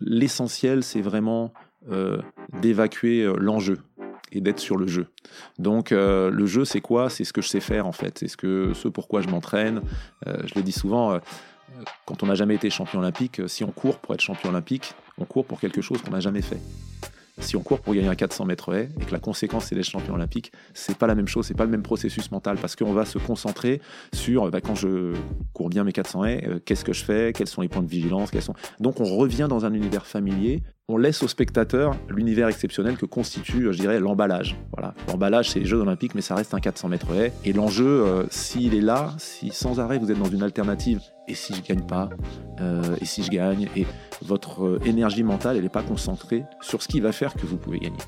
l'essentiel, c'est vraiment d'évacuer l'enjeu et d'être sur le jeu. Donc le jeu, c'est quoi ? C'est ce que je sais faire en fait, c'est ce pourquoi je m'entraîne. Je le dis souvent, quand on n'a jamais été champion olympique, si on court pour être champion olympique, on court pour quelque chose qu'on n'a jamais fait. Si on court pour gagner un 400 mètres haies et que la conséquence c'est d'être champion olympique, c'est pas la même chose, c'est pas le même processus mental parce qu'on va se concentrer sur quand je cours bien mes 400 haies, qu'est-ce que je fais, quels sont les points de vigilance, donc on revient dans un univers familier. On laisse au spectateur l'univers exceptionnel que constitue, je dirais, l'emballage. Voilà. L'emballage, c'est les Jeux Olympiques, mais ça reste un 400 mètres haies. Et l'enjeu, s'il est là, si sans arrêt vous êtes dans une alternative, et si je gagne pas, et si je gagne, et votre énergie mentale, elle n'est pas concentrée sur ce qui va faire que vous pouvez gagner.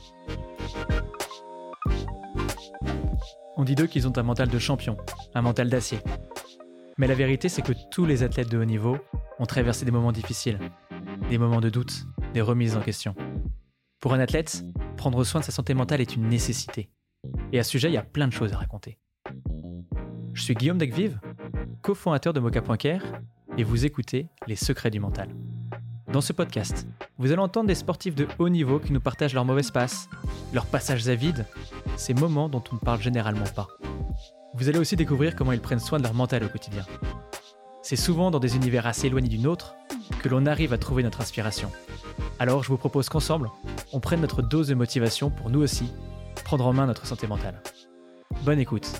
On dit d'eux qu'ils ont un mental de champion, un mental d'acier. Mais la vérité, c'est que tous les athlètes de haut niveau ont traversé des moments difficiles, des moments de doute, des remises en question. Pour un athlète, prendre soin de sa santé mentale est une nécessité. Et à ce sujet, il y a plein de choses à raconter. Je suis Guillaume Degvive, cofondateur de Moka.care, et vous écoutez Les Secrets du Mental. Dans ce podcast, vous allez entendre des sportifs de haut niveau qui nous partagent leurs mauvaises passes, leurs passages à vide, ces moments dont on ne parle généralement pas. Vous allez aussi découvrir comment ils prennent soin de leur mental au quotidien. C'est souvent dans des univers assez éloignés du nôtre que l'on arrive à trouver notre inspiration. Alors je vous propose qu'ensemble, on prenne notre dose de motivation pour nous aussi prendre en main notre santé mentale. Bonne écoute.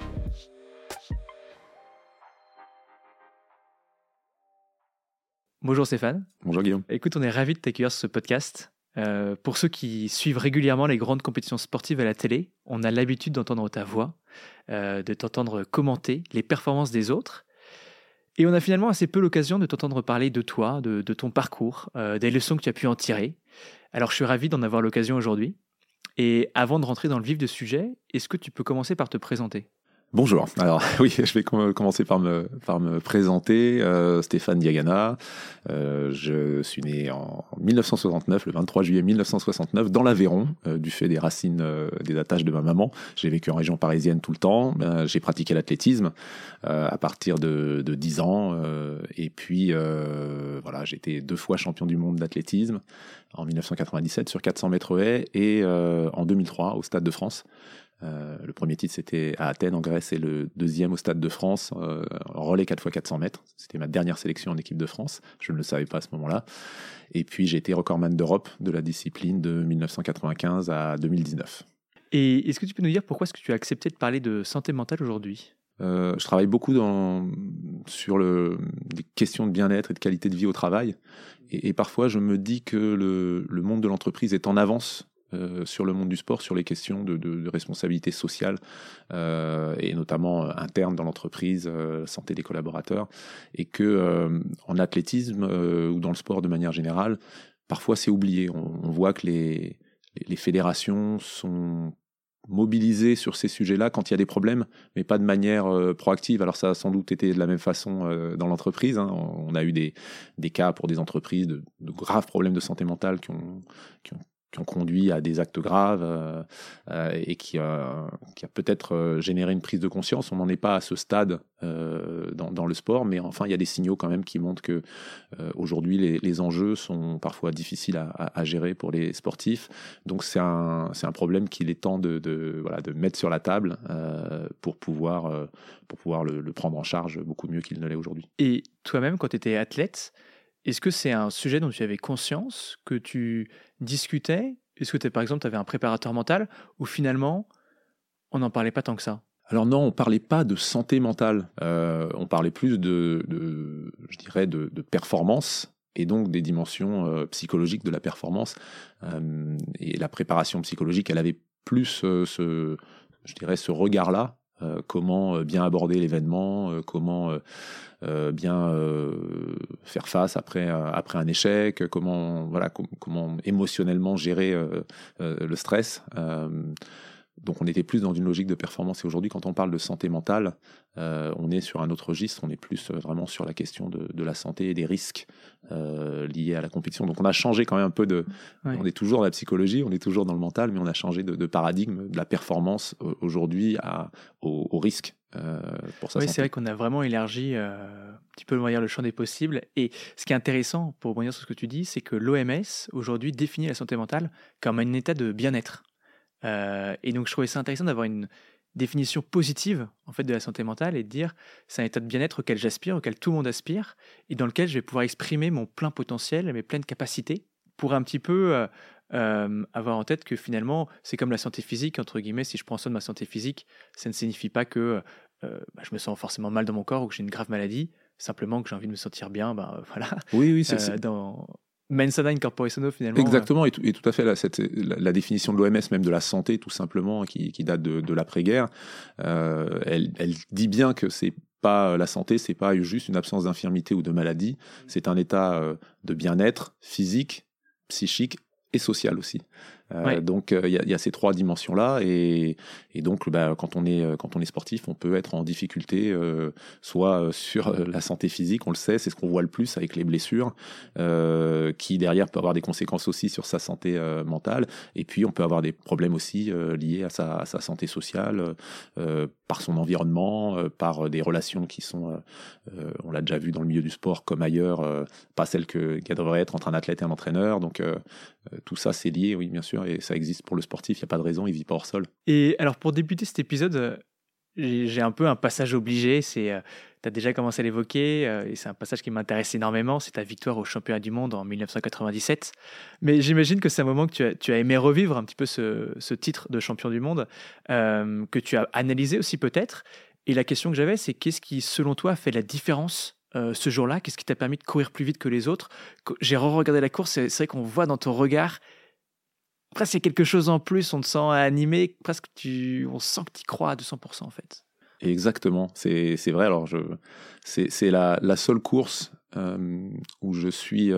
Bonjour Stéphane. Bonjour Guillaume. Écoute, on est ravis de t'accueillir sur ce podcast. Pour ceux qui suivent régulièrement les grandes compétitions sportives à la télé, on a l'habitude d'entendre ta voix, de t'entendre commenter les performances des autres. Et on a finalement assez peu l'occasion de t'entendre parler de toi, de ton parcours, des leçons que tu as pu en tirer. Alors je suis ravi d'en avoir l'occasion aujourd'hui. Et avant de rentrer dans le vif du sujet, est-ce que tu peux commencer par te présenter ? Bonjour. Alors oui, je vais commencer par me présenter. Stéphane Diagana. Je suis né en 1969, le 23 juillet 1969, dans l'Aveyron, du fait des racines des attaches de ma maman. J'ai vécu en région parisienne tout le temps. J'ai pratiqué l'athlétisme à partir de 10 ans. Et puis voilà, j'ai été 2 fois champion du monde d'athlétisme en 1997 sur 400 mètres haies et en 2003 au Stade de France. Le premier titre c'était à Athènes en Grèce et le deuxième au Stade de France relais 4x400 mètres. C'était ma dernière sélection en équipe de France, je ne le savais pas à ce moment-là. Et puis j'ai été recordman d'Europe de la discipline de 1995 à 2019. Et est-ce que tu peux nous dire pourquoi est-ce que tu as accepté de parler de santé mentale aujourd'hui ? Je travaille beaucoup sur des questions de bien-être et de qualité de vie au travail et parfois je me dis que le monde de l'entreprise est en avance sur le monde du sport, sur les questions de responsabilité sociale et notamment interne dans l'entreprise, santé des collaborateurs, et que en athlétisme ou dans le sport de manière générale, parfois c'est oublié. On voit que les fédérations sont mobilisées sur ces sujets-là quand il y a des problèmes, mais pas de manière proactive. Alors ça a sans doute été de la même façon dans l'entreprise. Hein. On a eu des cas pour des entreprises de graves problèmes de santé mentale qui ont conduit à des actes graves et qui a peut-être généré une prise de conscience. On n'en est pas à ce stade dans le sport, mais enfin, il y a des signaux quand même qui montrent que aujourd'hui, les enjeux sont parfois difficiles à gérer pour les sportifs. Donc, c'est un problème qu'il est temps de mettre sur la table pour pouvoir le prendre en charge beaucoup mieux qu'il ne l'est aujourd'hui. Et toi-même, quand tu étais athlète, est-ce que c'est un sujet dont tu avais conscience, que tu discutais ? Est-ce que par exemple, tu avais un préparateur mental ou finalement, on n'en parlait pas tant que ça ? Alors non, on ne parlait pas de santé mentale. On parlait plus de performance et donc des dimensions psychologiques de la performance. Et la préparation psychologique, elle avait plus ce regard-là. Comment bien aborder l'événement, comment bien faire face après un échec, comment émotionnellement gérer le stress. Donc on était plus dans une logique de performance. Et aujourd'hui, quand on parle de santé mentale, on est sur un autre registre, on est plus vraiment sur la question de la santé et des risques liés à la compétition. Donc on a changé quand même un peu On est toujours dans la psychologie, on est toujours dans le mental, mais on a changé de paradigme de la performance aujourd'hui au risque pour sa santé. C'est vrai qu'on a vraiment élargi petit peu le champ des possibles. Et ce qui est intéressant pour rebondir sur ce que tu dis, c'est que l'OMS aujourd'hui définit la santé mentale comme un état de bien-être. Et donc je trouvais ça intéressant d'avoir une définition positive en fait de la santé mentale et de dire c'est un état de bien-être auquel j'aspire, auquel tout le monde aspire, et dans lequel je vais pouvoir exprimer mon plein potentiel, mes pleines capacités, pour un petit peu avoir en tête que finalement c'est comme la santé physique, entre guillemets. Si je prends soin de ma santé physique, ça ne signifie pas que je me sens forcément mal dans mon corps ou que j'ai une grave maladie, simplement que j'ai envie de me sentir bien, voilà. Oui, Dans Mens sana in corpore sano, finalement. Exactement, et tout à fait, la définition de l'OMS, même de la santé, tout simplement, qui date de l'après-guerre, elle dit bien que c'est pas la santé, c'est pas juste une absence d'infirmité ou de maladie, c'est un état de bien-être physique, psychique et social aussi. Ouais. Donc il y a ces trois dimensions-là, et donc quand on est sportif, on peut être en difficulté, soit sur la santé physique, on le sait, c'est ce qu'on voit le plus avec les blessures, qui derrière peut avoir des conséquences aussi sur sa santé mentale, et puis on peut avoir des problèmes aussi liés à sa santé sociale, par son environnement, par des relations qui sont, on l'a déjà vu dans le milieu du sport comme ailleurs, pas celles qu'elles devraient être entre un athlète et un entraîneur, donc tout ça c'est lié, oui bien sûr, et ça existe pour le sportif, il n'y a pas de raison, il ne vit pas hors sol. Et alors pour débuter cet épisode, j'ai un peu un passage obligé, tu as déjà commencé à l'évoquer, et c'est un passage qui m'intéresse énormément, c'est ta victoire au championnat du monde en 1997. Mais j'imagine que c'est un moment que tu as aimé revivre un petit peu ce titre de champion du monde, que tu as analysé aussi peut-être. Et la question que j'avais, c'est qu'est-ce qui, selon toi, a fait la différence ce jour-là? Qu'est-ce qui t'a permis de courir plus vite que les autres? J'ai re-regardé la course, c'est vrai qu'on voit dans ton regard, presque il y a quelque chose en plus, on te sent animé, presque on sent que tu y crois à 200% en fait. Exactement, c'est vrai. Alors c'est la seule course où je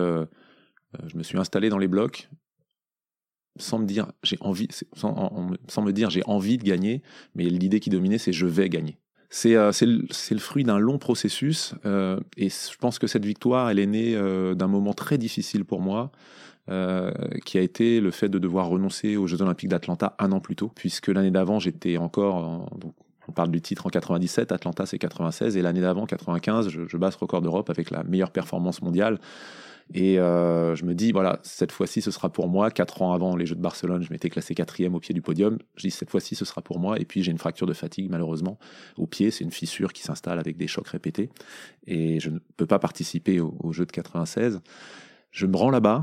me suis installé dans les blocs sans me dire j'ai envie, sans me dire j'ai envie de gagner, mais l'idée qui dominait c'est je vais gagner. C'est le fruit d'un long processus, et je pense que cette victoire elle est née d'un moment très difficile pour moi. Qui a été le fait de devoir renoncer aux Jeux Olympiques d'Atlanta un an plus tôt, puisque l'année d'avant j'étais encore donc on parle du titre en 97, Atlanta c'est 96, et l'année d'avant 95 je bats ce record d'Europe avec la meilleure performance mondiale, et je me dis voilà, cette fois-ci ce sera pour moi. 4 ans avant les Jeux de Barcelone je m'étais classé 4e au pied du podium, je dis cette fois-ci ce sera pour moi, et puis j'ai une fracture de fatigue malheureusement au pied, c'est une fissure qui s'installe avec des chocs répétés, et je ne peux pas participer aux Jeux de 96. Je me rends là-bas,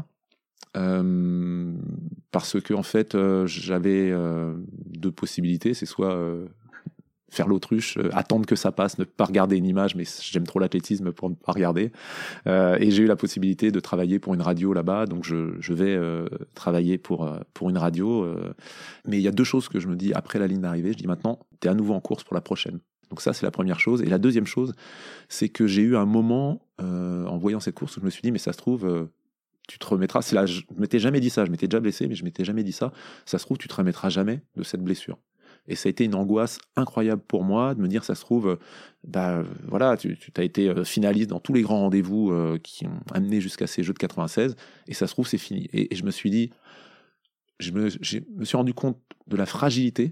parce que en fait j'avais deux possibilités, c'est soit faire l'autruche, attendre que ça passe, ne pas regarder une image, mais j'aime trop l'athlétisme pour ne pas regarder, et j'ai eu la possibilité de travailler pour une radio là-bas, donc je vais travailler pour une radio, mais il y a deux choses que je me dis après la ligne d'arrivée, je dis maintenant t'es à nouveau en course pour la prochaine. Donc ça c'est la première chose, et la deuxième chose c'est que j'ai eu un moment en voyant cette course où je me suis dit mais ça se trouve tu te remettras, je m'étais jamais dit ça, je m'étais déjà blessé, mais je m'étais jamais dit ça, ça se trouve, tu te remettras jamais de cette blessure. Et ça a été une angoisse incroyable pour moi, de me dire, ça se trouve, voilà, tu as été finaliste dans tous les grands rendez-vous qui ont amené jusqu'à ces Jeux de 96, et ça se trouve, c'est fini. Et je me suis dit, je me suis rendu compte de la fragilité,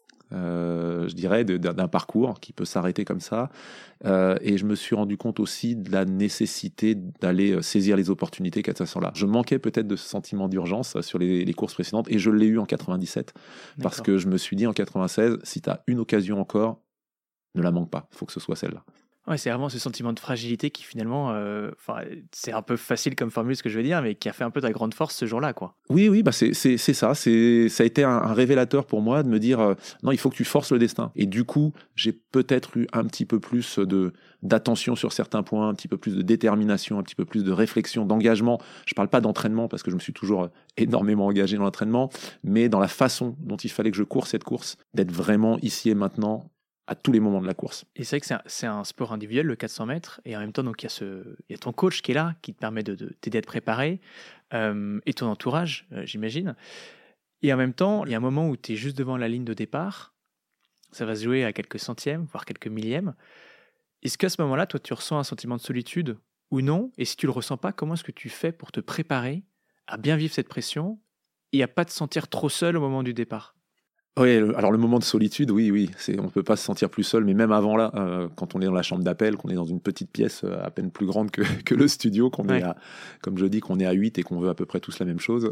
je dirais, d'un parcours qui peut s'arrêter comme ça. Et je me suis rendu compte aussi de la nécessité d'aller saisir les opportunités qu'à ce moment-là. Je manquais peut-être de ce sentiment d'urgence sur les courses précédentes, et je l'ai eu en 97, parce que je me suis dit en 96, si tu as une occasion encore, ne la manque pas, il faut que ce soit celle-là. Ouais, c'est vraiment ce sentiment de fragilité qui finalement, c'est un peu facile comme formule ce que je veux dire, mais qui a fait un peu ta grande force ce jour-là, quoi. Oui, c'est ça. Ça a été un révélateur pour moi de me dire non, il faut que tu forces le destin. Et du coup, j'ai peut-être eu un petit peu plus d'attention sur certains points, un petit peu plus de détermination, un petit peu plus de réflexion, d'engagement. Je parle pas d'entraînement parce que je me suis toujours énormément engagé dans l'entraînement, mais dans la façon dont il fallait que je cours cette course, d'être vraiment ici et maintenant à tous les moments de la course. Et c'est vrai que c'est un sport individuel, le 400 mètres, et en même temps, donc, il y a ton coach qui est là, qui te permet de t'aider à te préparer, et ton entourage, j'imagine. Et en même temps, il y a un moment où tu es juste devant la ligne de départ, ça va se jouer à quelques centièmes, voire quelques millièmes. Est-ce qu'à ce moment-là, toi, tu ressens un sentiment de solitude ou non? Et si tu le ressens pas, comment est-ce que tu fais pour te préparer à bien vivre cette pression et à pas te sentir trop seul au moment du départ? Oui, alors le moment de solitude, oui, on ne peut pas se sentir plus seul, mais même avant là, quand on est dans la chambre d'appel, qu'on est dans une petite pièce à peine plus grande que le studio, comme je dis, qu'on est à 8 et qu'on veut à peu près tous la même chose,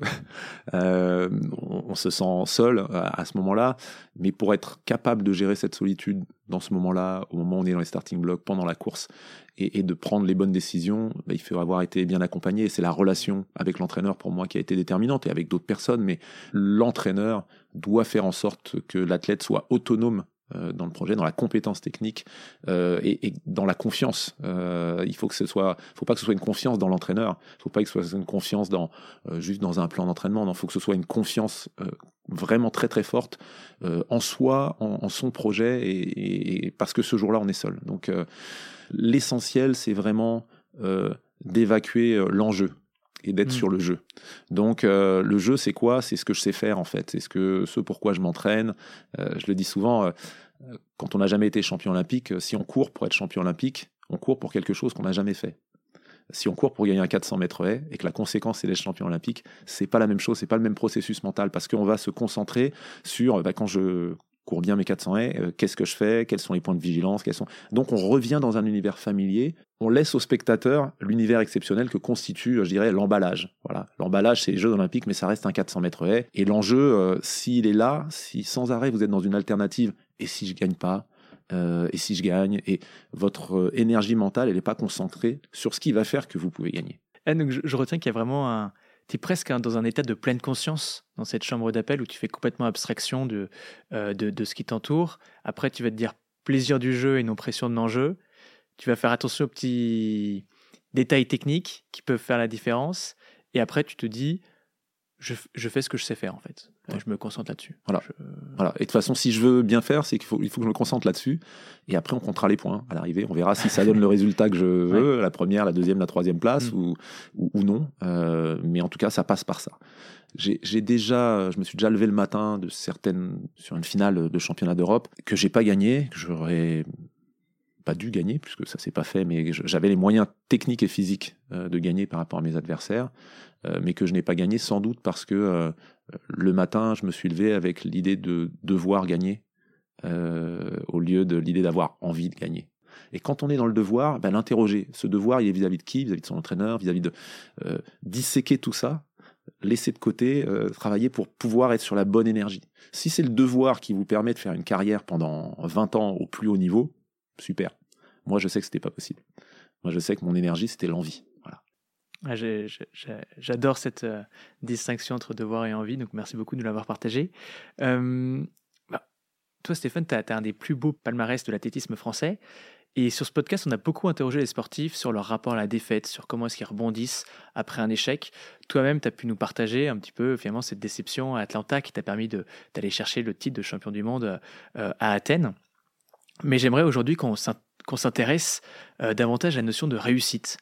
on se sent seul à ce moment-là, mais pour être capable de gérer cette solitude dans ce moment-là, au moment où on est dans les starting blocks, pendant la course, et de prendre les bonnes décisions, il faut avoir été bien accompagné, et c'est la relation avec l'entraîneur pour moi qui a été déterminante, et avec d'autres personnes, mais l'entraîneur doit faire en sorte que l'athlète soit autonome dans le projet, dans la compétence technique et dans la confiance. Il faut pas que ce soit une confiance dans l'entraîneur, il faut pas que ce soit une confiance juste dans un plan d'entraînement, non, il faut que ce soit une confiance vraiment très très forte en soi, en son projet, et parce que ce jour-là on est seul. Donc l'essentiel c'est vraiment d'évacuer l'enjeu et d'être sur le jeu. Donc le jeu c'est quoi ? C'est ce que je sais faire en fait, c'est ce pourquoi je m'entraîne. Je le dis souvent, quand on n'a jamais été champion olympique, si on court pour être champion olympique, on court pour quelque chose qu'on n'a jamais fait. Si on court pour gagner un 400 mètres haies et que la conséquence c'est d'être champion olympique, c'est pas la même chose, c'est pas le même processus mental, parce qu'on va se concentrer sur quand je cours bien mes 400 haies, qu'est-ce que je fais, quels sont les points de vigilance, donc on revient dans un univers familier, on laisse au spectateur l'univers exceptionnel que constitue, je dirais, l'emballage. Voilà. L'emballage, c'est les Jeux olympiques, mais ça reste un 400 mètres haies. Et l'enjeu, s'il est là, si sans arrêt vous êtes dans une alternative, et si je gagne pas, et si je gagne, et votre énergie mentale, elle n'est pas concentrée sur ce qui va faire que vous pouvez gagner. Donc je retiens qu'il y a vraiment tu es presque dans un état de pleine conscience dans cette chambre d'appel où tu fais complètement abstraction de ce qui t'entoure. Après, tu vas te dire plaisir du jeu et non pression de l'enjeu. Tu vas faire attention aux petits détails techniques qui peuvent faire la différence. Et après, tu te dis, je fais ce que je sais faire en fait. Ouais. Je me concentre là-dessus. Voilà. Et de toute façon, si je veux bien faire, il faut que je me concentre là-dessus. Et après, on comptera les points à l'arrivée. On verra si ça donne le résultat que je veux, la première, la deuxième, la troisième place ou non. Mais en tout cas, ça passe par ça. Je me suis déjà levé le matin sur une finale de championnat d'Europe que j'ai pas gagné, que j'aurais pas dû gagner, puisque ça s'est pas fait, mais j'avais les moyens techniques et physiques de gagner par rapport à mes adversaires, mais que je n'ai pas gagné sans doute parce que le matin, je me suis levé avec l'idée de devoir gagner au lieu de l'idée d'avoir envie de gagner. Et quand on est dans le devoir, l'interroger. Ce devoir, il est vis-à-vis de qui ? Vis-à-vis de son entraîneur, vis-à-vis de disséquer tout ça, laisser de côté, travailler pour pouvoir être sur la bonne énergie. Si c'est le devoir qui vous permet de faire une carrière pendant 20 ans au plus haut niveau, super. Moi, je sais que c'était pas possible. Moi, je sais que mon énergie, c'était l'envie. Voilà. J'adore cette distinction entre devoir et envie, donc merci beaucoup de nous l'avoir partagé. Toi, Stéphane, tu as un des plus beaux palmarès de l'athlétisme français. Et sur ce podcast, on a beaucoup interrogé les sportifs sur leur rapport à la défaite, sur comment est-ce qu'ils rebondissent après un échec. Toi-même, tu as pu nous partager un petit peu finalement cette déception à Atlanta qui t'a permis d'aller chercher le titre de champion du monde à Athènes. Mais j'aimerais aujourd'hui qu'on s'intéresse davantage à la notion de réussite.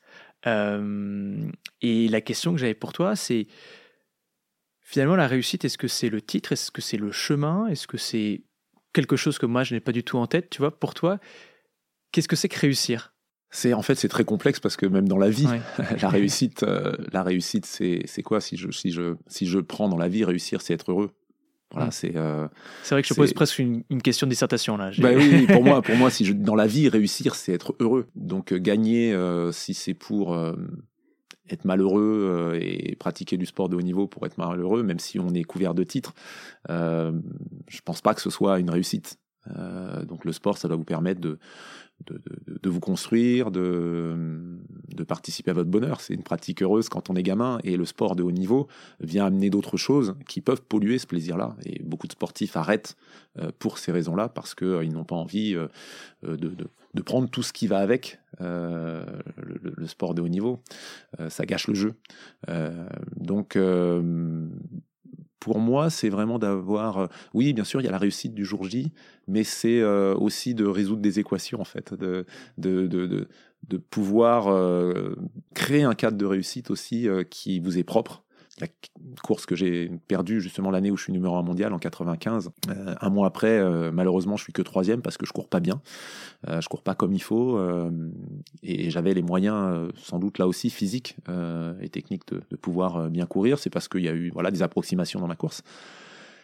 Et la question que j'avais pour toi, c'est finalement la réussite, est-ce que c'est le titre ? Est-ce que c'est le chemin ? Est-ce que c'est quelque chose que moi, je n'ai pas du tout en tête ? Tu vois, pour toi, qu'est-ce que c'est que réussir ? C'est très complexe parce que même dans la vie, la réussite, c'est quoi ? Si je prends dans la vie, réussir, c'est être heureux. Voilà, c'est vrai que je pose presque une question de dissertation là. Oui, pour moi, dans la vie, réussir, c'est être heureux. Donc gagner, si c'est pour être malheureux et pratiquer du sport de haut niveau pour être malheureux, même si on est couvert de titres, je pense pas que ce soit une réussite. Donc le sport, ça doit vous permettre de vous construire, de participer à votre bonheur. C'est une pratique heureuse quand on est gamin, et le sport de haut niveau vient amener d'autres choses qui peuvent polluer ce plaisir-là. Et beaucoup de sportifs arrêtent pour ces raisons-là, parce qu'ils n'ont pas envie de prendre tout ce qui va avec le sport de haut niveau. Ça gâche le jeu. Donc pour moi, c'est vraiment d'avoir... oui, bien sûr, il y a la réussite du jour J, mais c'est aussi de résoudre des équations, en fait, de pouvoir créer un cadre de réussite aussi qui vous est propre. La course que j'ai perdue justement l'année où je suis numéro 1 mondial en 95, un mois après, malheureusement, je suis que 3e parce que je cours pas bien, je cours pas comme il faut, et j'avais les moyens, sans doute là aussi physiques et techniques de pouvoir bien courir. C'est parce qu'il y a eu des approximations dans ma course.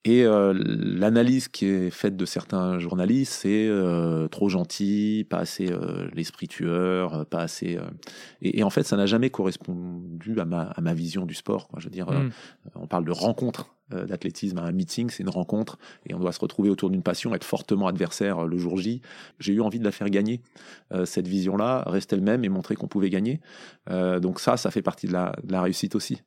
Et l'analyse qui est faite de certains journalistes, c'est trop gentil, pas assez l'esprit tueur, pas assez. Et en fait, ça n'a jamais correspondu à ma vision du sport, quoi. Je veux dire, on parle de rencontre d'athlétisme. Un meeting, c'est une rencontre, et on doit se retrouver autour d'une passion, être fortement adversaire le jour J. J'ai eu envie de la faire gagner. Cette vision-là, rester le même et montrer qu'on pouvait gagner. Donc ça fait partie de la réussite aussi.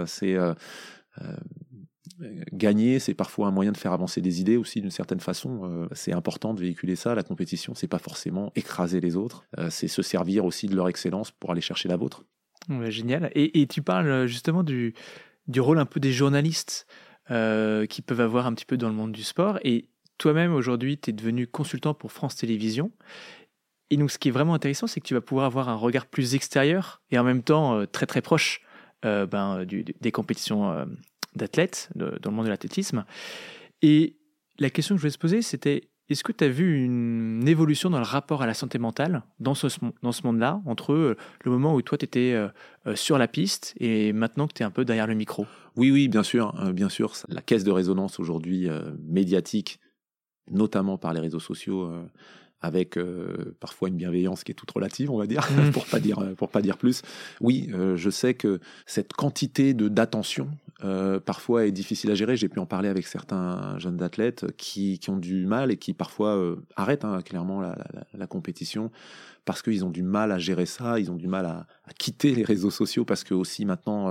Gagner, c'est parfois un moyen de faire avancer des idées aussi d'une certaine façon. C'est important de véhiculer ça. La compétition, c'est pas forcément écraser les autres. C'est se servir aussi de leur excellence pour aller chercher la vôtre. Ouais, génial. Et tu parles justement du rôle un peu des journalistes qui peuvent avoir un petit peu dans le monde du sport. Et toi-même, aujourd'hui, tu es devenu consultant pour France Télévisions. Et donc, ce qui est vraiment intéressant, c'est que tu vas pouvoir avoir un regard plus extérieur et en même temps très très proche des compétitions d'athlètes dans le monde de l'athlétisme. Et la question que je voulais te poser, c'était est-ce que tu as vu une évolution dans le rapport à la santé mentale dans ce monde-là, entre le moment où toi tu étais sur la piste et maintenant que tu es un peu derrière le micro? Oui, bien sûr. La caisse de résonance aujourd'hui médiatique, notamment par les réseaux sociaux, avec parfois une bienveillance qui est toute relative, on va dire, pour pas dire plus. Oui, je sais que cette quantité d'attention parfois est difficile à gérer. J'ai pu en parler avec certains jeunes athlètes qui ont du mal et qui parfois arrêtent clairement la compétition parce qu'ils ont du mal à gérer ça, ils ont du mal à quitter les réseaux sociaux parce que aussi maintenant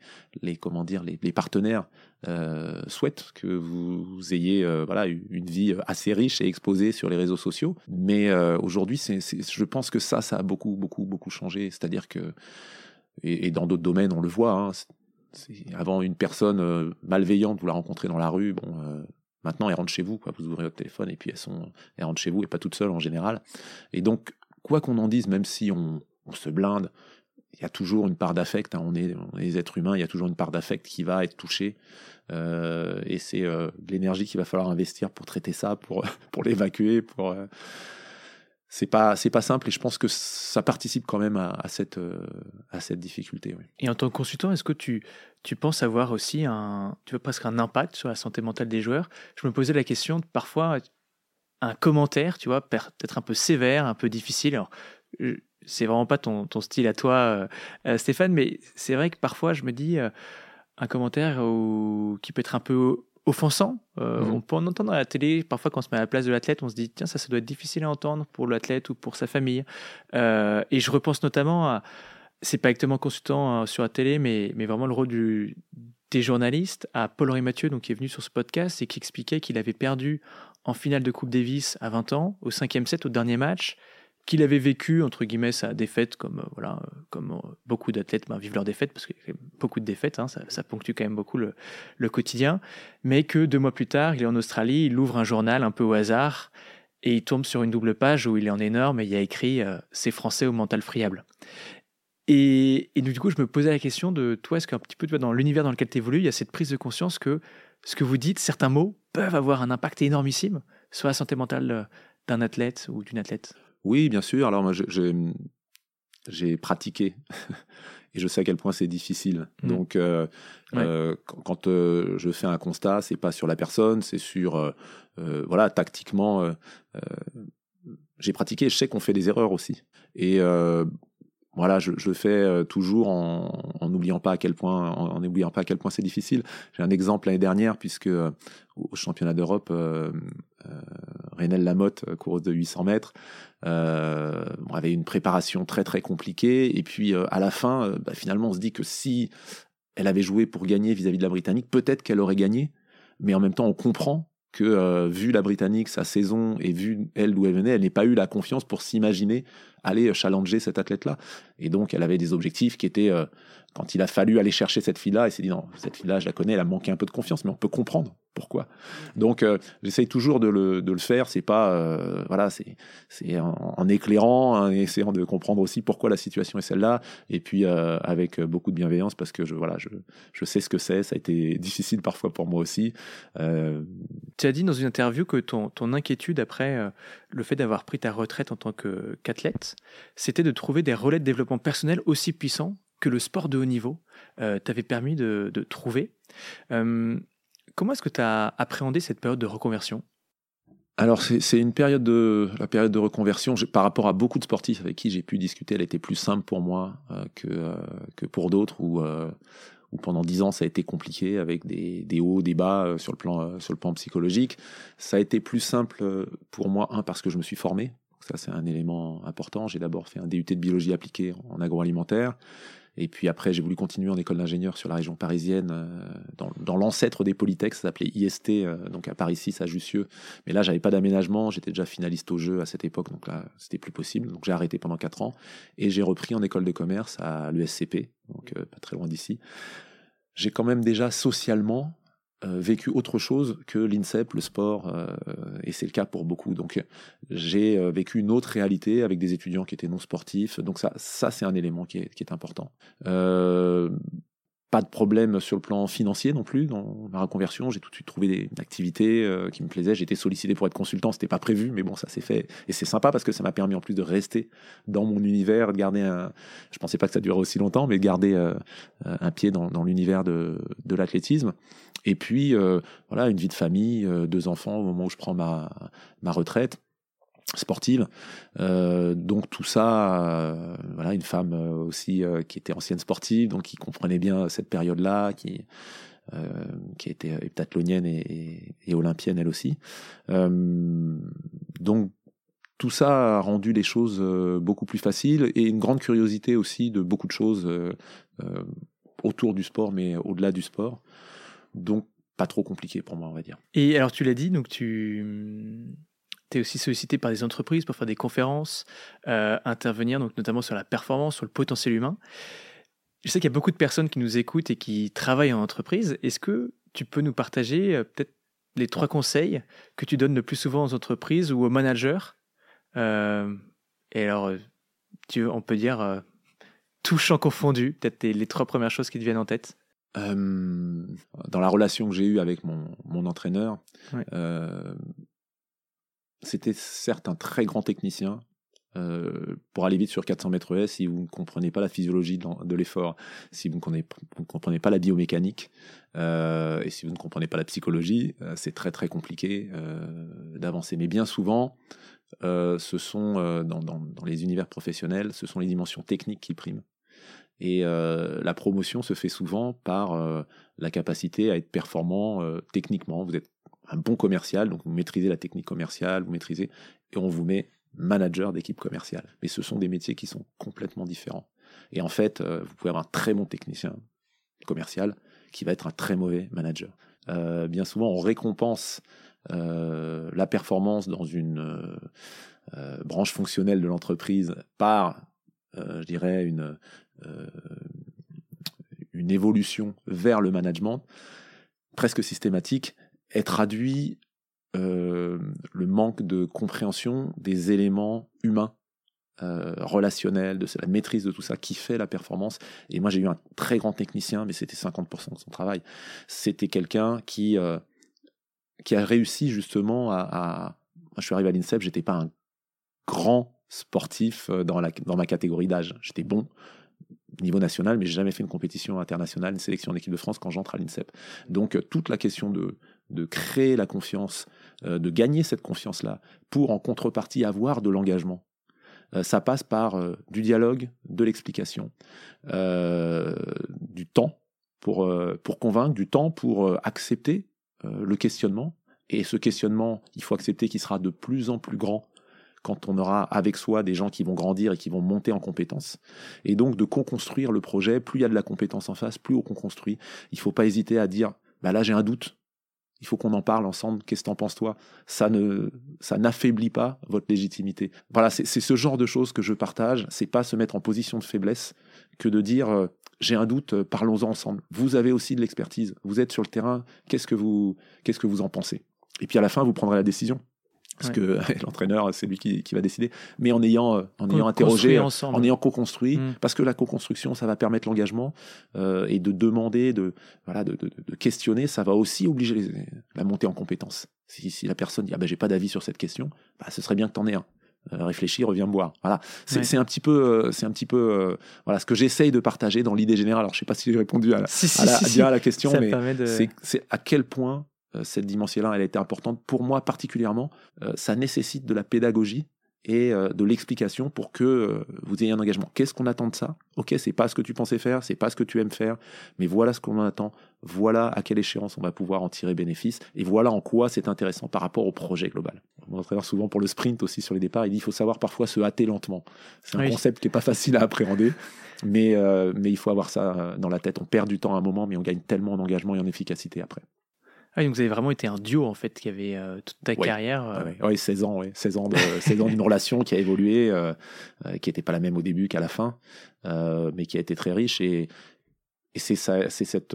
les partenaires souhaitent que vous ayez une vie assez riche et exposée sur les réseaux sociaux. Mais aujourd'hui, je pense que ça a beaucoup changé. C'est-à-dire que, et dans d'autres domaines, on le voit, avant une personne malveillante, vous la rencontrez dans la rue, maintenant elle rentre chez vous, quoi. Vous ouvrez votre téléphone et puis elle rentre chez vous et pas toute seule en général. Et donc, quoi qu'on en dise, même si on se blinde, il y a toujours une part d'affect, on est des êtres humains, il y a toujours une part d'affect qui va être touchée, et c'est de l'énergie qu'il va falloir investir pour traiter ça, pour l'évacuer, c'est pas simple, et je pense que ça participe quand même à cette difficulté. Oui. Et en tant que consultant, est-ce que tu penses avoir aussi presque un impact sur la santé mentale des joueurs? Je me posais la question de parfois un commentaire, tu vois, peut-être un peu sévère, un peu difficile. Alors, c'est vraiment pas ton style à toi, Stéphane, mais c'est vrai que parfois je me dis un commentaire qui peut être un peu offensant. On peut en entendre à la télé, parfois quand on se met à la place de l'athlète, on se dit tiens, ça doit être difficile à entendre pour l'athlète ou pour sa famille. Et je repense notamment à, c'est pas exactement consultant sur la télé, mais vraiment le rôle des journalistes, à Paul-Henri Mathieu, donc, qui est venu sur ce podcast et qui expliquait qu'il avait perdu en finale de Coupe Davis à 20 ans, au 5e set, au dernier match, qu'il avait vécu, entre guillemets, sa défaite, comme beaucoup d'athlètes vivent leur défaite, parce qu'il y a beaucoup de défaites, ça ponctue quand même beaucoup le quotidien, mais que 2 mois plus tard, il est en Australie, il ouvre un journal un peu au hasard, et il tombe sur une double page où il est en énorme, et il y a écrit « C'est français au mental friable ». Et du coup, je me posais la question de toi, est-ce qu'un petit peu dans l'univers dans lequel tu évolues, il y a cette prise de conscience que ce que vous dites, certains mots peuvent avoir un impact énormissime sur la santé mentale d'un athlète ou d'une athlète? Oui, bien sûr. Alors moi, j'ai pratiqué et je sais à quel point c'est difficile. Donc, quand je fais un constat, c'est pas sur la personne, c'est sur tactiquement. J'ai pratiqué et je sais qu'on fait des erreurs aussi. Et je fais toujours en n'oubliant pas à quel point c'est difficile. J'ai un exemple l'année dernière, puisque au championnat d'Europe, Renelle Lamotte, coureuse de 800 mètres, avait une préparation très très compliquée, et puis à la fin, finalement on se dit que si elle avait joué pour gagner vis-à-vis de la Britannique, peut-être qu'elle aurait gagné, mais en même temps on comprend que vu la Britannique, sa saison, et vu elle d'où elle venait, elle n'ait pas eu la confiance pour s'imaginer aller challenger cet athlète-là. Et donc, elle avait des objectifs qui étaient, quand il a fallu aller chercher cette fille-là, elle s'est dit non, cette fille-là, je la connais, elle a manqué un peu de confiance, mais on peut comprendre pourquoi. Donc, j'essaye toujours de le faire. C'est pas, c'est en éclairant, en essayant de comprendre aussi pourquoi la situation est celle-là, et puis avec beaucoup de bienveillance, parce que je sais ce que c'est. Ça a été difficile parfois pour moi aussi. Tu as dit dans une interview que ton inquiétude après le fait d'avoir pris ta retraite en tant qu'athlète, c'était de trouver des relais de développement personnel aussi puissants que le sport de haut niveau t'avait permis de trouver. Comment est-ce que tu as appréhendé cette période de reconversion ? Alors, c'est la période de reconversion. Par rapport à beaucoup de sportifs avec qui j'ai pu discuter, elle était plus simple pour moi que pour d'autres, où pendant 10 ans, ça a été compliqué avec des hauts, des bas sur le plan psychologique. Ça a été plus simple pour moi, parce que je me suis formé. Ça, c'est un élément important. J'ai d'abord fait un DUT de biologie appliquée en agroalimentaire. Et puis après, j'ai voulu continuer en école d'ingénieur sur la région parisienne, dans l'ancêtre des Polytech, ça s'appelait IST, donc à Paris 6, à Jussieu. Mais là, j'avais pas d'aménagement, j'étais déjà finaliste au jeu à cette époque, donc là, c'était plus possible. Donc j'ai arrêté pendant 4 ans et j'ai repris en école de commerce à l'ESCP, donc pas très loin d'ici. J'ai quand même déjà socialement vécu autre chose que l'INSEP, le sport, et c'est le cas pour beaucoup. Donc j'ai vécu une autre réalité avec des étudiants qui étaient non sportifs. Donc ça c'est un élément qui est important. Pas de problème sur le plan financier non plus. Dans ma reconversion, j'ai tout de suite trouvé des activités qui me plaisaient. J'ai été sollicité pour être consultant, c'était pas prévu, mais bon, ça s'est fait. Et c'est sympa parce que ça m'a permis en plus de rester dans mon univers, de garder je pensais pas que ça durerait aussi longtemps, mais de garder un pied dans l'univers de l'athlétisme. Et puis, voilà, une vie de famille, 2 enfants au moment où je prends ma retraite sportive. Donc tout ça, voilà, une femme aussi qui était ancienne sportive, donc qui comprenait bien cette période-là, qui était heptathlonienne et olympienne elle aussi. Donc tout ça a rendu les choses beaucoup plus faciles et une grande curiosité aussi de beaucoup de choses autour du sport, mais au-delà du sport. Donc pas trop compliqué pour moi, on va dire. Et alors tu l'as dit, donc tu es aussi sollicité par des entreprises pour faire des conférences, intervenir donc notamment sur la performance, sur le potentiel humain. Je sais qu'il y a beaucoup de personnes qui nous écoutent et qui travaillent en entreprise. Est-ce que tu peux nous partager peut-être les 3 conseils que tu donnes le plus souvent aux entreprises ou aux managers ? Et alors, on peut dire tout champ confondu, peut-être les 3 premières choses qui te viennent en tête. Dans la relation que j'ai eue avec mon entraîneur, ouais. C'était certes un très grand technicien. Pour aller vite sur 400 mètres haies, si vous ne comprenez pas la physiologie de l'effort, si vous ne comprenez pas la biomécanique, et si vous ne comprenez pas la psychologie, c'est très très compliqué d'avancer. Mais bien souvent, ce sont dans les univers professionnels, ce sont les dimensions techniques qui priment. Et la promotion se fait souvent par la capacité à être performant techniquement. Vous êtes un bon commercial, donc vous maîtrisez la technique commerciale, et on vous met manager d'équipe commerciale. Mais ce sont des métiers qui sont complètement différents. Et en fait, vous pouvez avoir un très bon technicien commercial qui va être un très mauvais manager. Bien souvent, on récompense la performance dans une branche fonctionnelle de l'entreprise par, je dirais, une évolution vers le management presque systématique est traduit le manque de compréhension des éléments humains, relationnels, de la maîtrise de tout ça qui fait la performance. Et moi j'ai eu un très grand technicien, mais c'était 50% de son travail. C'était quelqu'un qui a réussi justement moi je suis arrivé à l'INSEP, j'étais pas un grand sportif dans ma catégorie d'âge. J'étais bon niveau national, mais j'ai jamais fait une compétition internationale, une sélection d'équipe de France quand j'entre à l'INSEP. Donc toute la question de créer la confiance, de gagner cette confiance-là, pour en contrepartie avoir de l'engagement, ça passe par du dialogue, de l'explication, du temps pour convaincre, du temps pour accepter le questionnement. Et ce questionnement, il faut accepter qu'il sera de plus en plus grand quand on aura avec soi des gens qui vont grandir et qui vont monter en compétences. Et donc de co-construire le projet, plus il y a de la compétence en face, plus on construit. Il ne faut pas hésiter à dire, là j'ai un doute, il faut qu'on en parle ensemble, qu'est-ce que t'en penses toi ? Ça n'affaiblit pas votre légitimité. Voilà, c'est ce genre de choses que je partage, c'est pas se mettre en position de faiblesse que de dire j'ai un doute, parlons-en ensemble. Vous avez aussi de l'expertise, vous êtes sur le terrain, qu'est-ce que vous en pensez ? Et puis à la fin, vous prendrez la décision. Parce que l'entraîneur, c'est lui qui va décider. Mais en ayant interrogé, en ayant co-construit, parce que la co-construction, ça va permettre l'engagement et de demander, de questionner, ça va aussi obliger la montée en compétence. Si la personne dit j'ai pas d'avis sur cette question, ce serait bien que t'en aies un. réfléchis, reviens me voir. Voilà, c'est un petit peu, voilà ce que j'essaye de partager dans l'idée générale. Alors je sais pas si j'ai répondu à la question, mais c'est à quel point cette dimension-là, elle a été importante pour moi particulièrement. Ça nécessite de la pédagogie et de l'explication pour que vous ayez un engagement. Qu'est-ce qu'on attend de ça ? Ok, c'est pas ce que tu pensais faire, c'est pas ce que tu aimes faire, mais voilà ce qu'on en attend, voilà à quelle échéance on va pouvoir en tirer bénéfice, et voilà en quoi c'est intéressant par rapport au projet global. Mon entraîneur, souvent pour le sprint aussi sur les départs, il dit qu'il faut savoir parfois se hâter lentement. C'est un concept qui n'est pas facile à appréhender, mais il faut avoir ça dans la tête. On perd du temps à un moment, mais on gagne tellement en engagement et en efficacité après. Ah, donc vous avez vraiment été un duo en fait qui avait toute ta carrière. Oui, 16 ans d'une relation qui a évolué, qui n'était pas la même au début qu'à la fin, mais qui a été très riche et c'est ça, c'est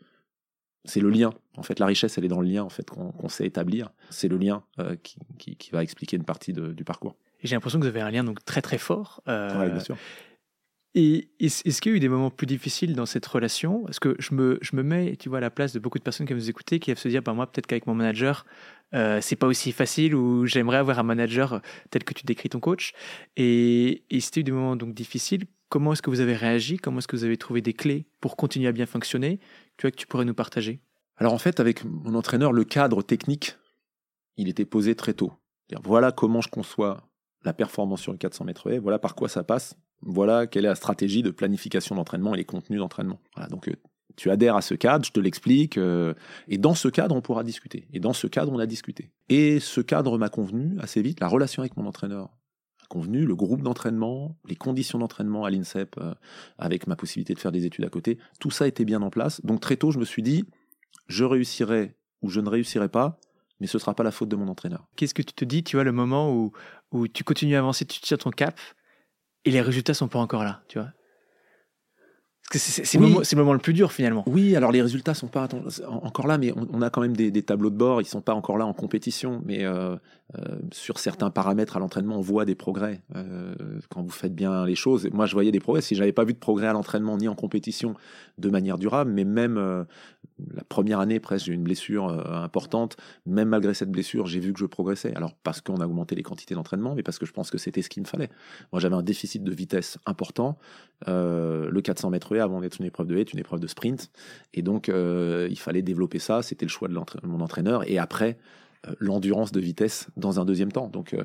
le lien. En fait, la richesse, elle est dans le lien en fait qu'on sait établir. C'est le lien qui va expliquer une partie du parcours. Et j'ai l'impression que vous avez un lien donc très très fort. Oui, bien sûr. Et est-ce qu'il y a eu des moments plus difficiles dans cette relation ? Parce que je me mets, tu vois, à la place de beaucoup de personnes qui vont nous écouter, qui doivent se dire, moi, peut-être qu'avec mon manager, c'est pas aussi facile, ou j'aimerais avoir un manager tel que tu décris ton coach. Et c'était eu des moments donc difficiles. Comment est-ce que vous avez réagi ? Comment est-ce que vous avez trouvé des clés pour continuer à bien fonctionner ? Tu vois, que tu pourrais nous partager ? Alors en fait, avec mon entraîneur, le cadre technique, il était posé très tôt. Voilà comment je conçois la performance sur le 400 mètres haies, voilà par quoi ça passe. Voilà quelle est la stratégie de planification d'entraînement et les contenus d'entraînement. Voilà, donc tu adhères à ce cadre, je te l'explique, et dans ce cadre, on pourra discuter. Et dans ce cadre, on a discuté. Et ce cadre m'a convenu assez vite, la relation avec mon entraîneur a convenu, le groupe d'entraînement, les conditions d'entraînement à l'INSEP, avec ma possibilité de faire des études à côté, tout ça était bien en place. Donc très tôt, je me suis dit, je réussirai ou je ne réussirai pas, mais ce ne sera pas la faute de mon entraîneur. Qu'est-ce que tu te dis, tu vois, le moment où tu continues à avancer, tu tiens ton cap, et les résultats sont pas encore là, tu vois. Parce que c'est le moment le plus dur finalement. Oui, alors les résultats sont pas encore là, mais on a quand même des tableaux de bord, ils sont pas encore là en compétition, mais sur certains paramètres à l'entraînement, on voit des progrès quand vous faites bien les choses. Moi, je voyais des progrès. Si j'avais pas vu de progrès à l'entraînement ni en compétition de manière durable, mais même la première année, presque, j'ai eu une blessure importante. Même malgré cette blessure, j'ai vu que je progressais. Alors parce qu'on a augmenté les quantités d'entraînement, mais parce que je pense que c'était ce qu'il me fallait. Moi, j'avais un déficit de vitesse important. Le 400 mètres haies, avant d'être une épreuve de haies, est une épreuve de sprint. Et donc, il fallait développer ça. C'était le choix de mon entraîneur. Et après, l'endurance de vitesse dans un deuxième temps. Donc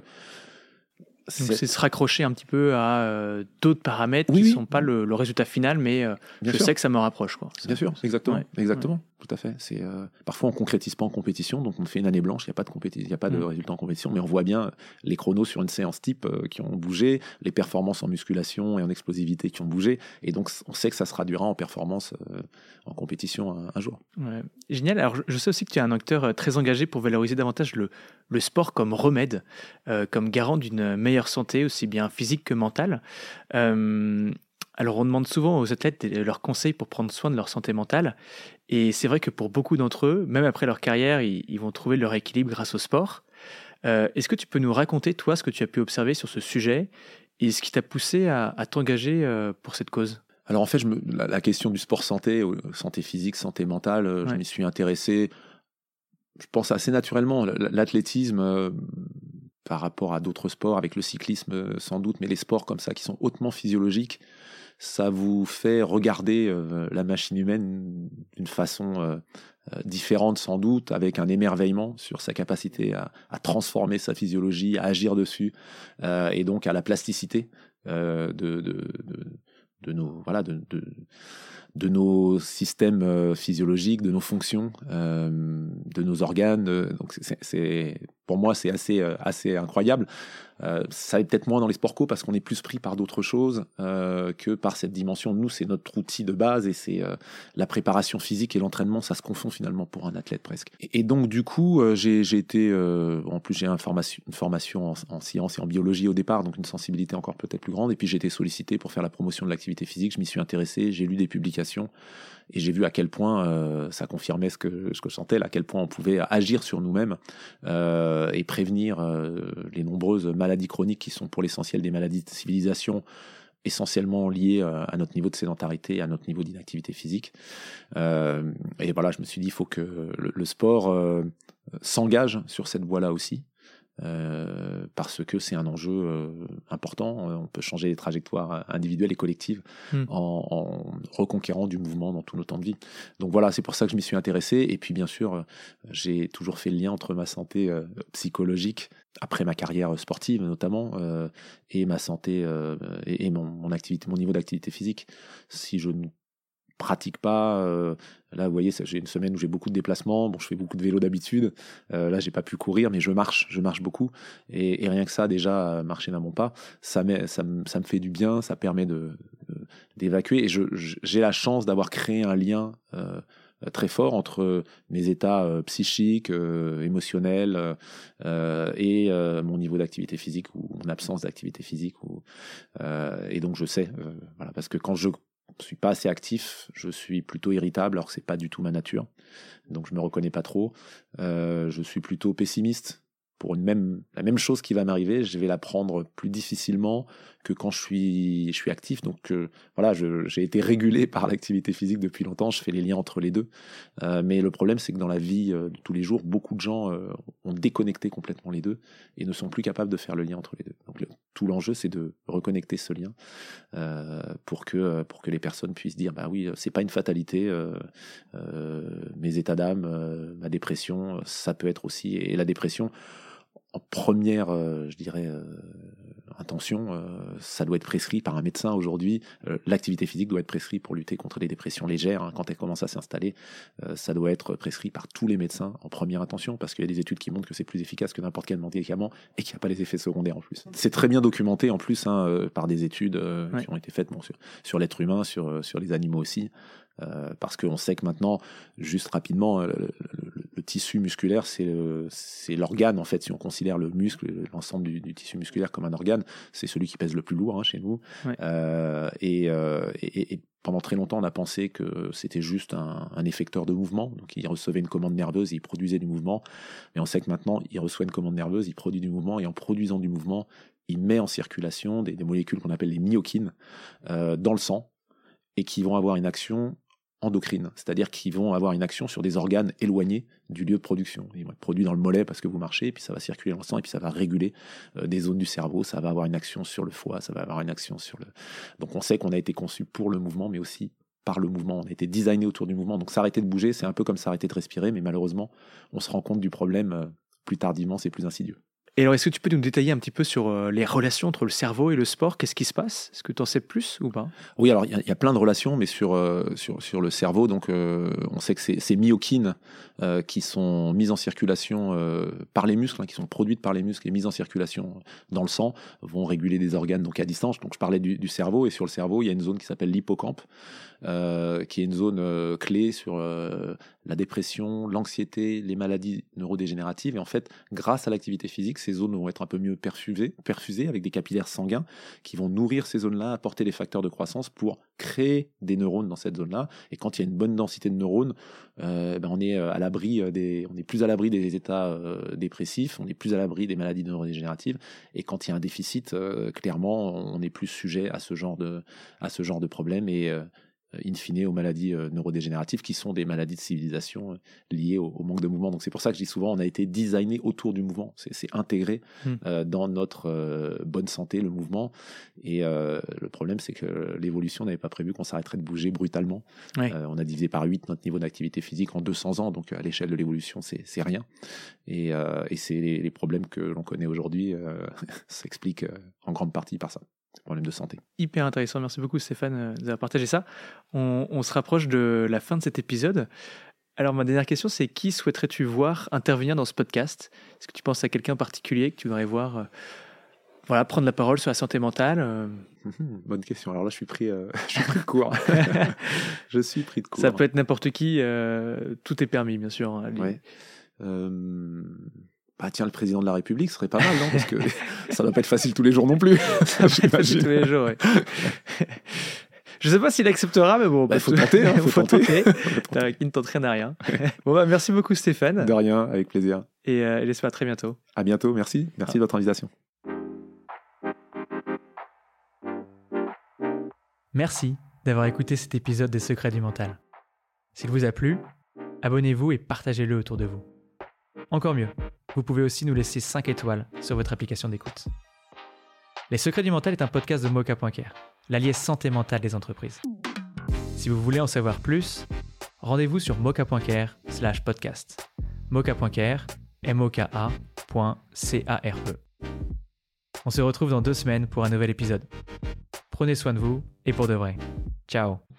c'est se raccrocher un petit peu à d'autres paramètres qui ne sont pas le résultat final, mais je sais que ça me rapproche. Quoi. Bien sûr, exactement. Tout à fait. Parfois, on ne concrétise pas en compétition, donc on fait une année blanche, il n'y a pas de compétition, il n'y a pas de résultat en compétition, mais on voit bien les chronos sur une séance type qui ont bougé, les performances en musculation et en explosivité qui ont bougé, et donc on sait que ça se traduira en performance en compétition un jour. Ouais. Génial. Alors, je sais aussi que tu es un acteur très engagé pour valoriser davantage le sport comme remède, comme garant d'une meilleure santé, aussi bien physique que mentale. Alors, on demande souvent aux athlètes leurs conseils pour prendre soin de leur santé mentale. Et c'est vrai que pour beaucoup d'entre eux, même après leur carrière, ils vont trouver leur équilibre grâce au sport. Est-ce que tu peux nous raconter, toi, ce que tu as pu observer sur ce sujet et ce qui t'a poussé à t'engager pour cette cause ? Alors en fait, la question du sport santé, santé physique, santé mentale, je m'y suis intéressé, je pense assez naturellement. L'athlétisme, par rapport à d'autres sports, avec le cyclisme sans doute, mais les sports comme ça qui sont hautement physiologiques, ça vous fait regarder la machine humaine d'une façon différente sans doute, avec un émerveillement sur sa capacité à transformer sa physiologie, à agir dessus, et donc à la plasticité de nos systèmes physiologiques, de nos fonctions, de nos organes. Donc pour moi, c'est assez incroyable. Ça est peut-être moins dans les sports co parce qu'on est plus pris par d'autres choses que par cette dimension. Nous, c'est notre outil de base et c'est la préparation physique et l'entraînement, ça se confond finalement pour un athlète presque. Et donc du coup, j'ai été, en plus j'ai une formation en sciences et en biologie au départ, donc une sensibilité encore peut-être plus grande. Et puis j'ai été sollicité pour faire la promotion de l'activité physique. Je m'y suis intéressé, j'ai lu des publications et j'ai vu à quel point ça confirmait ce que je sentais, à quel point on pouvait agir sur nous-mêmes et prévenir les nombreuses maladies chroniques qui sont pour l'essentiel des maladies de civilisation essentiellement liées à notre niveau de sédentarité, à notre niveau d'inactivité physique. Et voilà, je me suis dit, il faut que le sport s'engage sur cette voie-là aussi. parce que c'est un enjeu important. On peut changer les trajectoires individuelles et collectives en reconquérant du mouvement dans tout notre temps de vie. Donc voilà, c'est pour ça que je m'y suis intéressé. Et puis bien sûr, j'ai toujours fait le lien entre ma santé psychologique, après ma carrière sportive notamment, et ma santé et mon activité, mon niveau d'activité physique. Si je ne pratique pas, là vous voyez, j'ai une semaine où j'ai beaucoup de déplacements, bon je fais beaucoup de vélo d'habitude, là j'ai pas pu courir mais je marche beaucoup, et rien que ça déjà, marcher d'un bon pas, ça me fait du bien, ça permet d'évacuer, et j'ai la chance d'avoir créé un lien très fort entre mes états psychiques, émotionnels, et mon niveau d'activité physique ou mon absence d'activité physique, et donc je sais, voilà, parce que quand je suis pas assez actif, je suis plutôt irritable alors que c'est pas du tout ma nature, donc je me reconnais pas trop. Je suis plutôt pessimiste pour la même chose qui va m'arriver, je vais la prendre plus difficilement que quand je suis actif. Donc voilà, j'ai été régulé par l'activité physique depuis longtemps, je fais les liens entre les deux. Mais le problème, c'est que dans la vie de tous les jours, beaucoup de gens ont déconnecté complètement les deux et ne sont plus capables de faire le lien entre les deux. Donc tout l'enjeu, c'est de reconnecter ce lien pour que les personnes puissent dire, bah oui, c'est pas une fatalité, mes états d'âme, ma dépression, ça peut être aussi, et la dépression, en première, je dirais, intention, ça doit être prescrit par un médecin aujourd'hui. L'activité physique doit être prescrite pour lutter contre les dépressions légères, hein, quand elles commencent à s'installer. Ça doit être prescrit par tous les médecins en première intention, parce qu'il y a des études qui montrent que c'est plus efficace que n'importe quel médicament et qu'il n'y a pas les effets secondaires en plus. C'est très bien documenté en plus, hein, par des études qui ont été faites, bon, sur l'être humain, sur les animaux aussi. Parce qu'on sait que maintenant, juste rapidement, le tissu musculaire, c'est l'organe, en fait, si on considère le muscle, l'ensemble du tissu musculaire comme un organe, c'est celui qui pèse le plus lourd, hein, chez nous. Ouais. Et pendant très longtemps, on a pensé que c'était juste un effecteur de mouvement, donc il recevait une commande nerveuse et il produisait du mouvement. Mais on sait que maintenant, il reçoit une commande nerveuse, il produit du mouvement, et en produisant du mouvement, il met en circulation des molécules qu'on appelle les myokines dans le sang, et qui vont avoir une action endocrine, c'est-à-dire qu'ils vont avoir une action sur des organes éloignés du lieu de production. Ils vont être produits dans le mollet parce que vous marchez, et puis ça va circuler dans le sang, et puis ça va réguler des zones du cerveau, ça va avoir une action sur le foie, ça va avoir une action sur le... Donc on sait qu'on a été conçu pour le mouvement, mais aussi par le mouvement. On a été designé autour du mouvement. Donc s'arrêter de bouger, c'est un peu comme s'arrêter de respirer, mais malheureusement, on se rend compte du problème plus tardivement, c'est plus insidieux. Et alors, est-ce que tu peux nous détailler un petit peu sur les relations entre le cerveau et le sport ? Qu'est-ce qui se passe ? Est-ce que tu en sais plus ou pas ? Oui, alors il y a plein de relations, mais sur le cerveau, donc on sait que ces myokines qui sont mises en circulation par les muscles, hein, qui sont produites par les muscles et mises en circulation dans le sang, vont réguler des organes donc à distance. Donc je parlais du cerveau, et sur le cerveau, il y a une zone qui s'appelle l'hippocampe, qui est une zone clé sur la dépression, l'anxiété, les maladies neurodégénératives. Et en fait, grâce à l'activité physique, ces zones vont être un peu mieux perfusées avec des capillaires sanguins qui vont nourrir ces zones-là, apporter des facteurs de croissance pour créer des neurones dans cette zone-là. Et quand il y a une bonne densité de neurones, on est à l'abri on est plus à l'abri des états dépressifs, on est plus à l'abri des maladies neurodégénératives. Et quand il y a un déficit, clairement, on est plus sujet à ce genre de problème, et in fine aux maladies neurodégénératives, qui sont des maladies de civilisation liées au manque de mouvement. Donc c'est pour ça que je dis souvent, on a été designé autour du mouvement, c'est intégré dans notre bonne santé, le mouvement. Et le problème, c'est que l'évolution n'avait pas prévu qu'on s'arrêterait de bouger brutalement. Ouais. On a divisé par 8 notre niveau d'activité physique en 200 ans, donc à l'échelle de l'évolution, c'est rien. Et c'est les problèmes que l'on connaît aujourd'hui s'expliquent en grande partie par ça. Problème de santé. Hyper intéressant, merci beaucoup Stéphane d'avoir partagé ça. On se rapproche de la fin de cet épisode. Alors ma dernière question, c'est qui souhaiterais-tu voir intervenir dans ce podcast ? Est-ce que tu penses à quelqu'un en particulier que tu voudrais voir prendre la parole sur la santé mentale ? Bonne question. Alors là, je suis pris de court. Je suis pris de court. Ça peut être n'importe qui, tout est permis, bien sûr. Hein, ouais. Tiens, le président de la République serait pas mal, non ? Parce que ça doit pas être facile tous les jours non plus. Ça doit pas être facile tous les jours, ouais. Je sais pas s'il acceptera, mais bon. Il faut tenter, hein, faut tenter. Qui ne t'entraîne à rien. Bon, merci beaucoup Stéphane. De rien, avec plaisir. Et j'espère à très bientôt. À bientôt, merci. Merci de votre invitation. Merci d'avoir écouté cet épisode des Secrets du Mental. S'il vous a plu, abonnez-vous et partagez-le autour de vous. Encore mieux, Vous pouvez aussi nous laisser 5 étoiles sur votre application d'écoute. Les Secrets du Mental est un podcast de Moka.care, l'allié santé mentale des entreprises. Si vous voulez en savoir plus, rendez-vous sur moka.care/podcast. Moka.care, moka.care. On se retrouve dans 2 semaines pour un nouvel épisode. Prenez soin de vous et pour de vrai. Ciao.